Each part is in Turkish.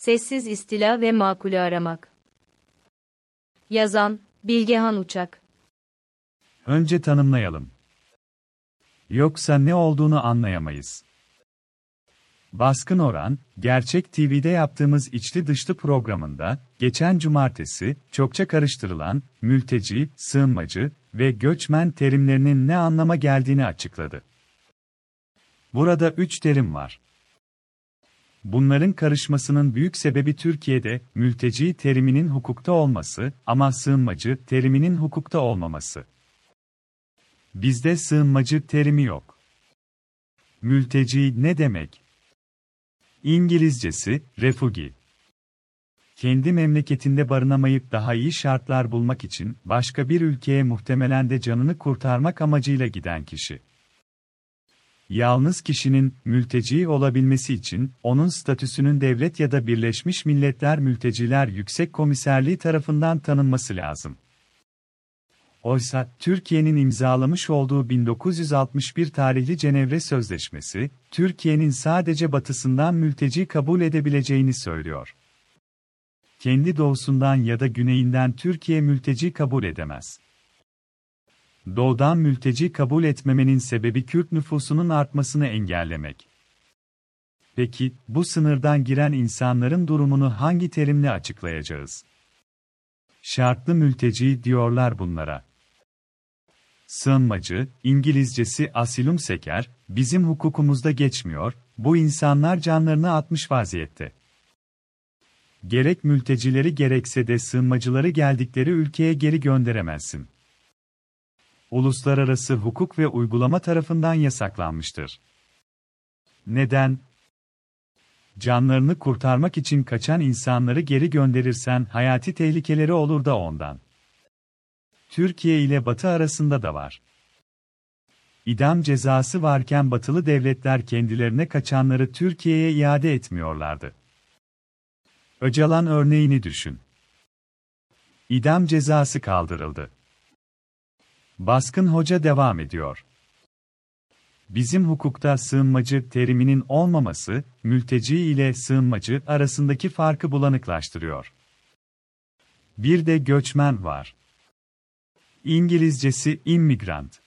Sessiz istila ve makulü aramak. Yazan, Bilgehan Uçak. Önce tanımlayalım. Yoksa ne olduğunu anlayamayız. Baskın Oran, Gerçek TV'de yaptığımız içli dışlı programında, geçen cumartesi, çokça karıştırılan, mülteci, sığınmacı ve göçmen terimlerinin ne anlama geldiğini açıkladı. Burada 3 terim var. Bunların karışmasının büyük sebebi Türkiye'de, mülteci teriminin hukukta olması ama sığınmacı teriminin hukukta olmaması. Bizde sığınmacı terimi yok. Mülteci ne demek? İngilizcesi, refugee. Kendi memleketinde barınamayıp daha iyi şartlar bulmak için başka bir ülkeye muhtemelen de canını kurtarmak amacıyla giden kişi. Yalnız kişinin mülteci olabilmesi için onun statüsünün devlet ya da Birleşmiş Milletler Mülteciler Yüksek Komiserliği tarafından tanınması lazım. Oysa Türkiye'nin imzalamış olduğu 1961 tarihli Cenevre Sözleşmesi, Türkiye'nin sadece batısından mülteci kabul edebileceğini söylüyor. Kendi doğusundan ya da güneyinden Türkiye mülteci kabul edemez. Doğudan mülteci kabul etmemenin sebebi Kürt nüfusunun artmasını engellemek. Peki, bu sınırdan giren insanların durumunu hangi terimle açıklayacağız? Şartlı mülteci diyorlar bunlara. Sığınmacı, İngilizcesi asylum seeker, bizim hukukumuzda geçmiyor, bu insanlar canlarını atmış vaziyette. Gerek mültecileri gerekse de sığınmacıları geldikleri ülkeye geri gönderemezsin. Uluslararası hukuk ve uygulama tarafından yasaklanmıştır. Neden? Canlarını kurtarmak için kaçan insanları geri gönderirsen hayati tehlikeleri olur da ondan. Türkiye ile Batı arasında da var. İdam cezası varken batılı devletler kendilerine kaçanları Türkiye'ye iade etmiyorlardı. Öcalan örneğini düşün. İdam cezası kaldırıldı. Baskın Hoca devam ediyor. Bizim hukukta sığınmacı teriminin olmaması, mülteci ile sığınmacı arasındaki farkı bulanıklaştırıyor. Bir de göçmen var. İngilizcesi immigrant.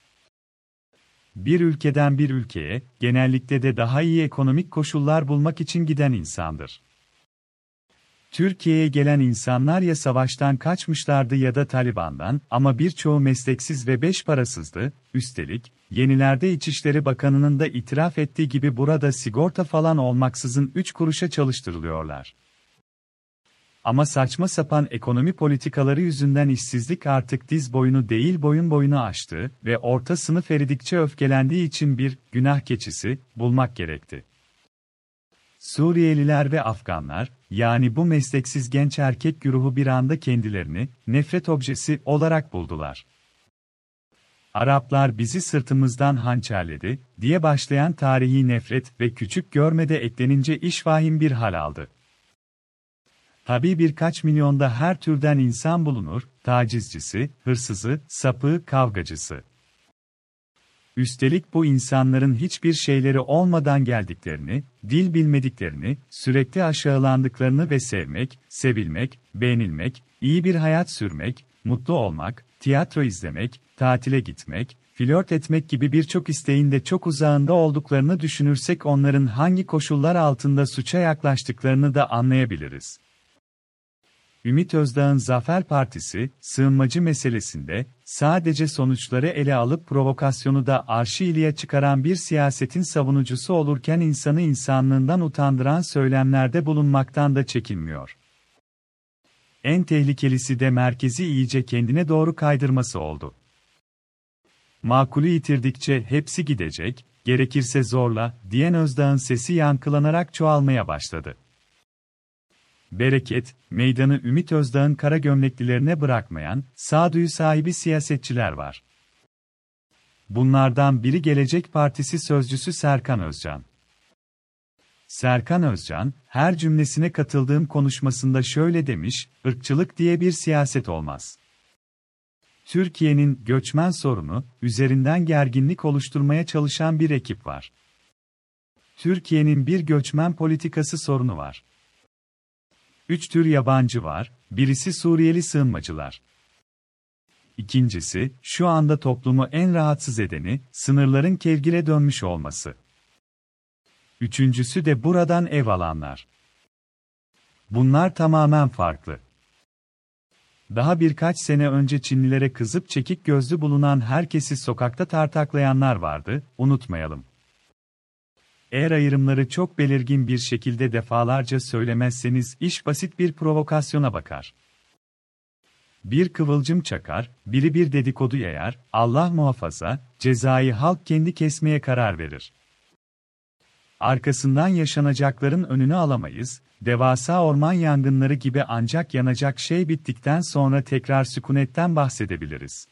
Bir ülkeden bir ülkeye, genellikle de daha iyi ekonomik koşullar bulmak için giden insandır. Türkiye'ye gelen insanlar ya savaştan kaçmışlardı ya da Taliban'dan ama birçoğu mesleksiz ve beş parasızdı, üstelik, yenilerde İçişleri Bakanı'nın da itiraf ettiği gibi burada sigorta falan olmaksızın 3 kuruşa çalıştırılıyorlar. Ama saçma sapan ekonomi politikaları yüzünden işsizlik artık diz boyunu değil boyun boyunu aştı ve orta sınıf eridikçe öfkelendiği için bir günah keçisi bulmak gerekti. Suriyeliler ve Afganlar, yani bu mesleksiz genç erkek güruhu bir anda kendilerini nefret objesi olarak buldular. Araplar bizi sırtımızdan hançerledi diye başlayan tarihi nefret ve küçük görmede eklenince iş vahim bir hal aldı. Tabii birkaç milyonda her türden insan bulunur, tacizcisi, hırsızı, sapığı, kavgacısı. Üstelik bu insanların hiçbir şeyleri olmadan geldiklerini, dil bilmediklerini, sürekli aşağılandıklarını ve sevmek, sevilmek, beğenilmek, iyi bir hayat sürmek, mutlu olmak, tiyatro izlemek, tatile gitmek, flört etmek gibi birçok isteğin de çok uzağında olduklarını düşünürsek onların hangi koşullar altında suça yaklaştıklarını da anlayabiliriz. Ümit Özdağ'ın Zafer Partisi, sığınmacı meselesinde, sadece sonuçları ele alıp provokasyonu da arşi-iliye çıkaran bir siyasetin savunucusu olurken insanı insanlığından utandıran söylemlerde bulunmaktan da çekinmiyor. En tehlikelisi de merkezi iyice kendine doğru kaydırması oldu. Makulü yitirdikçe hepsi gidecek, gerekirse zorla, diyen Özdağ'ın sesi yankılanarak çoğalmaya başladı. Bereket, meydanı Ümit Özdağ'ın kara gömleklilerine bırakmayan, sağduyu sahibi siyasetçiler var. Bunlardan biri Gelecek Partisi sözcüsü Serkan Özcan. Serkan Özcan, her cümlesine katıldığım konuşmasında şöyle demiş, ırkçılık diye bir siyaset olmaz. Türkiye'nin göçmen sorunu üzerinden gerginlik oluşturmaya çalışan bir ekip var. Türkiye'nin bir göçmen politikası sorunu var. 3 tür yabancı var, birisi Suriyeli sığınmacılar. İkincisi, şu anda toplumu en rahatsız edeni, sınırların kevgire dönmüş olması. Üçüncüsü de buradan ev alanlar. Bunlar tamamen farklı. Daha birkaç sene önce Çinlilere kızıp çekik gözlü bulunan herkesi sokakta tartaklayanlar vardı, unutmayalım. Eğer ayrımları çok belirgin bir şekilde defalarca söylemezseniz iş basit bir provokasyona bakar. Bir kıvılcım çakar, biri bir dedikodu yayar, Allah muhafaza, cezayı halk kendi kesmeye karar verir. Arkasından yaşanacakların önünü alamayız, devasa orman yangınları gibi ancak yanacak şey bittikten sonra tekrar sükunetten bahsedebiliriz.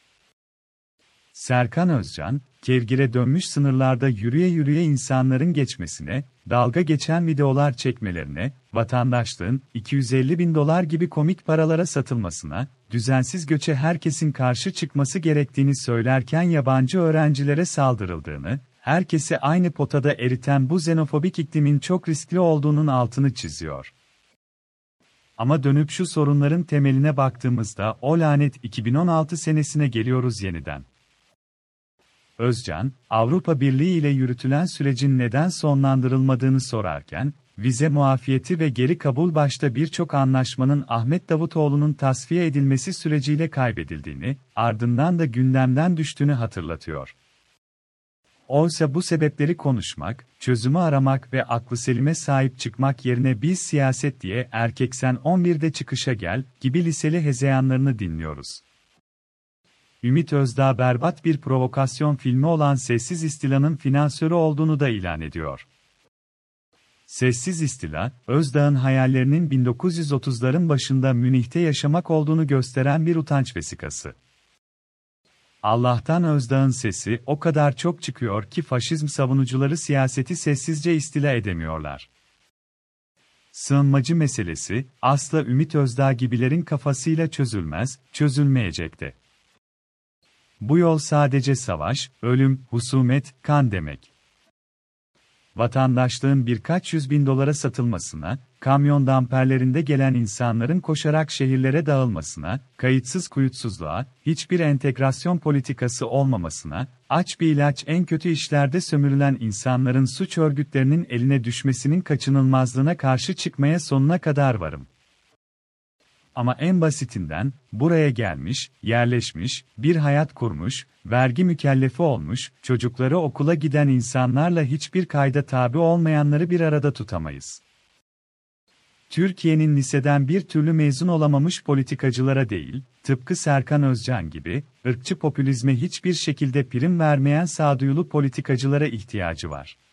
Serkan Özcan, kevgire dönmüş sınırlarda yürüye yürüye insanların geçmesine, dalga geçen videolar çekmelerine, vatandaşlığın $250.000 gibi komik paralara satılmasına, düzensiz göçe herkesin karşı çıkması gerektiğini söylerken yabancı öğrencilere saldırıldığını, herkesi aynı potada eriten bu xenofobik iklimin çok riskli olduğunun altını çiziyor. Ama dönüp şu sorunların temeline baktığımızda o lanet 2016 senesine geliyoruz yeniden. Özcan, Avrupa Birliği ile yürütülen sürecin neden sonlandırılmadığını sorarken, vize muafiyeti ve geri kabul başta birçok anlaşmanın Ahmet Davutoğlu'nun tasfiye edilmesi süreciyle kaybedildiğini, ardından da gündemden düştüğünü hatırlatıyor. Oysa bu sebepleri konuşmak, çözümü aramak ve aklı selime sahip çıkmak yerine biz siyaset diye erkeksen 11'de çıkışa gel gibi liseli hezeyanlarını dinliyoruz. Ümit Özdağ berbat bir provokasyon filmi olan Sessiz İstila'nın finansörü olduğunu da ilan ediyor. Sessiz İstila, Özdağ'ın hayallerinin 1930'ların başında Münih'te yaşamak olduğunu gösteren bir utanç vesikası. Allah'tan Özdağ'ın sesi o kadar çok çıkıyor ki faşizm savunucuları siyaseti sessizce istila edemiyorlar. Sığınmacı meselesi, asla Ümit Özdağ gibilerin kafasıyla çözülmez, çözülmeyecek de. Bu yol sadece savaş, ölüm, husumet, kan demek. Vatandaşlığın birkaç $100.000 satılmasına, kamyon damperlerinde gelen insanların koşarak şehirlere dağılmasına, kayıtsız kuyutsuzluğa, hiçbir entegrasyon politikası olmamasına, aç bir ilaç en kötü işlerde sömürülen insanların suç örgütlerinin eline düşmesinin kaçınılmazlığına karşı çıkmaya sonuna kadar varım. Ama en basitinden, buraya gelmiş, yerleşmiş, bir hayat kurmuş, vergi mükellefi olmuş, çocukları okula giden insanlarla hiçbir kayda tabi olmayanları bir arada tutamayız. Türkiye'nin liseden bir türlü mezun olamamış politikacılara değil, tıpkı Serkan Özcan gibi, ırkçı popülizme hiçbir şekilde prim vermeyen sağduyulu politikacılara ihtiyacı var.